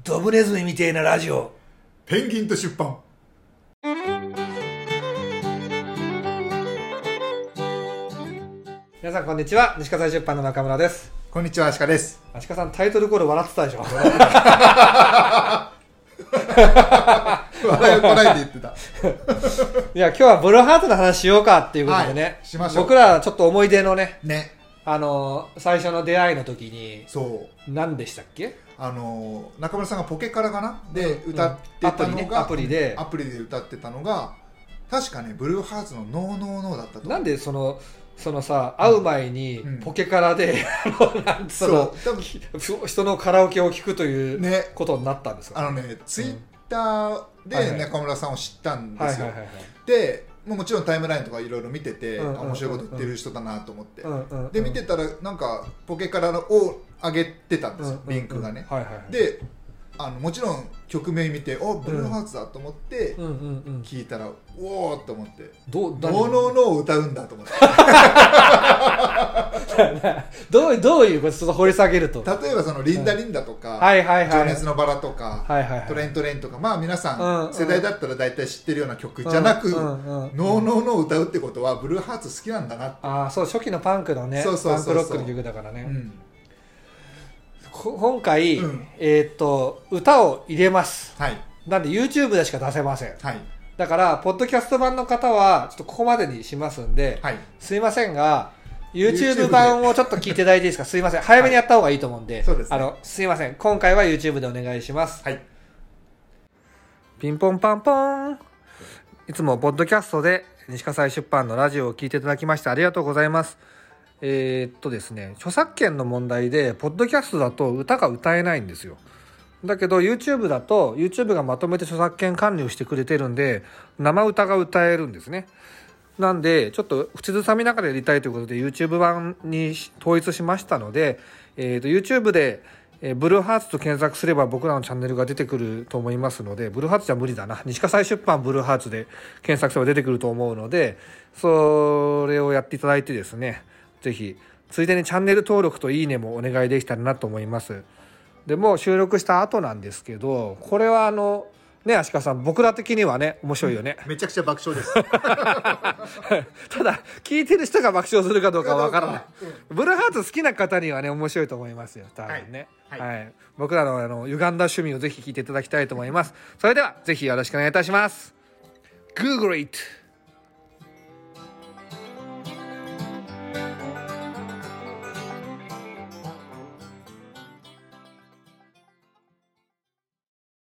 ドブネズミみてえなラジオ。 ペンギンと出版。 皆さんこんにちは。西葛西出版の中村です。 こんにちは、アシカです。 アシカさんタイトルコール笑ってたでしょ。 笑いをこないで言ってた。 いや今日はブルーハーツの話しようかっていうことでね、 はい、しましょう。 僕らちょっと思い出のね、最初の出会いの時に、 そう何でしたっけ？ 中村さんがポケカラかなで歌ってたのが、 アプリで歌ってたのが確かねブルーハーツのノーノーノーだったと思う。 なんでそのさ、会う前にポケカラで、人のカラオケを聞くということになったんですか？ ツイッターで中村さんを知ったんですよ。でもちろんタイムラインとかいろいろ見てて、面白いこと言ってる人だなと思って、で見てたらなんかポケカラを上げてたんですよ、リンクがね。でもちろん曲名見てブルーハーツだと思って聞いたらおおと思ってノーノーノーを歌うんだと思ってどういうこと？ちょっと掘り下げると、 例えばそのリンダリンダとか情熱のバラとかトレントレンとか、まあ皆さん世代だったら大体知ってるような曲じゃなくノーノーノーを歌うってことはブルーハーツ好きなんだなって。 そう、初期のパンクのね、パンクロックの曲だからね。今回、歌を入れます、なんで YouTube でしか出せません、だからポッドキャスト版の方はちょっとここまでにしますんで、すいませんが YouTube 版をちょっと聞いていただいていいですか？すいません、早めにやった方がいいと思うんで、すいません、今回は YouTube でお願いします。ピンポンパンポン。いつもポッドキャストで西葛西出版のラジオを聞いていただきましてありがとうございます。ですね、著作権の問題でポッドキャストだと歌が歌えないんですよ。だけど YouTube だと YouTube がまとめて著作権管理をしてくれてるんで生歌が歌えるんですね。なんでちょっと口ずさみながらやりたいということで YouTube 版に統一しましたので、YouTube でブルーハーツと検索すれば僕らのチャンネルが出てくると思いますので、ブルーハーツじゃ無理だな、西葛西出版ブルーハーツで検索すれば出てくると思うので、それをやっていただいてですね、ぜひついでにチャンネル登録といいねもお願いできたらなと思います。でも収録した後なんですけど、これはね、足利さん、僕ら的にはね面白いよね、 めちゃくちゃ爆笑ですただ聞いてる人が爆笑するかどうかは分からない、ブルーハーツ好きな方にはね面白いと思いますよ、多分ね。僕らの歪んだ趣味をぜひ聞いていただきたいと思います。それではぜひよろしくお願いいたします。 Google it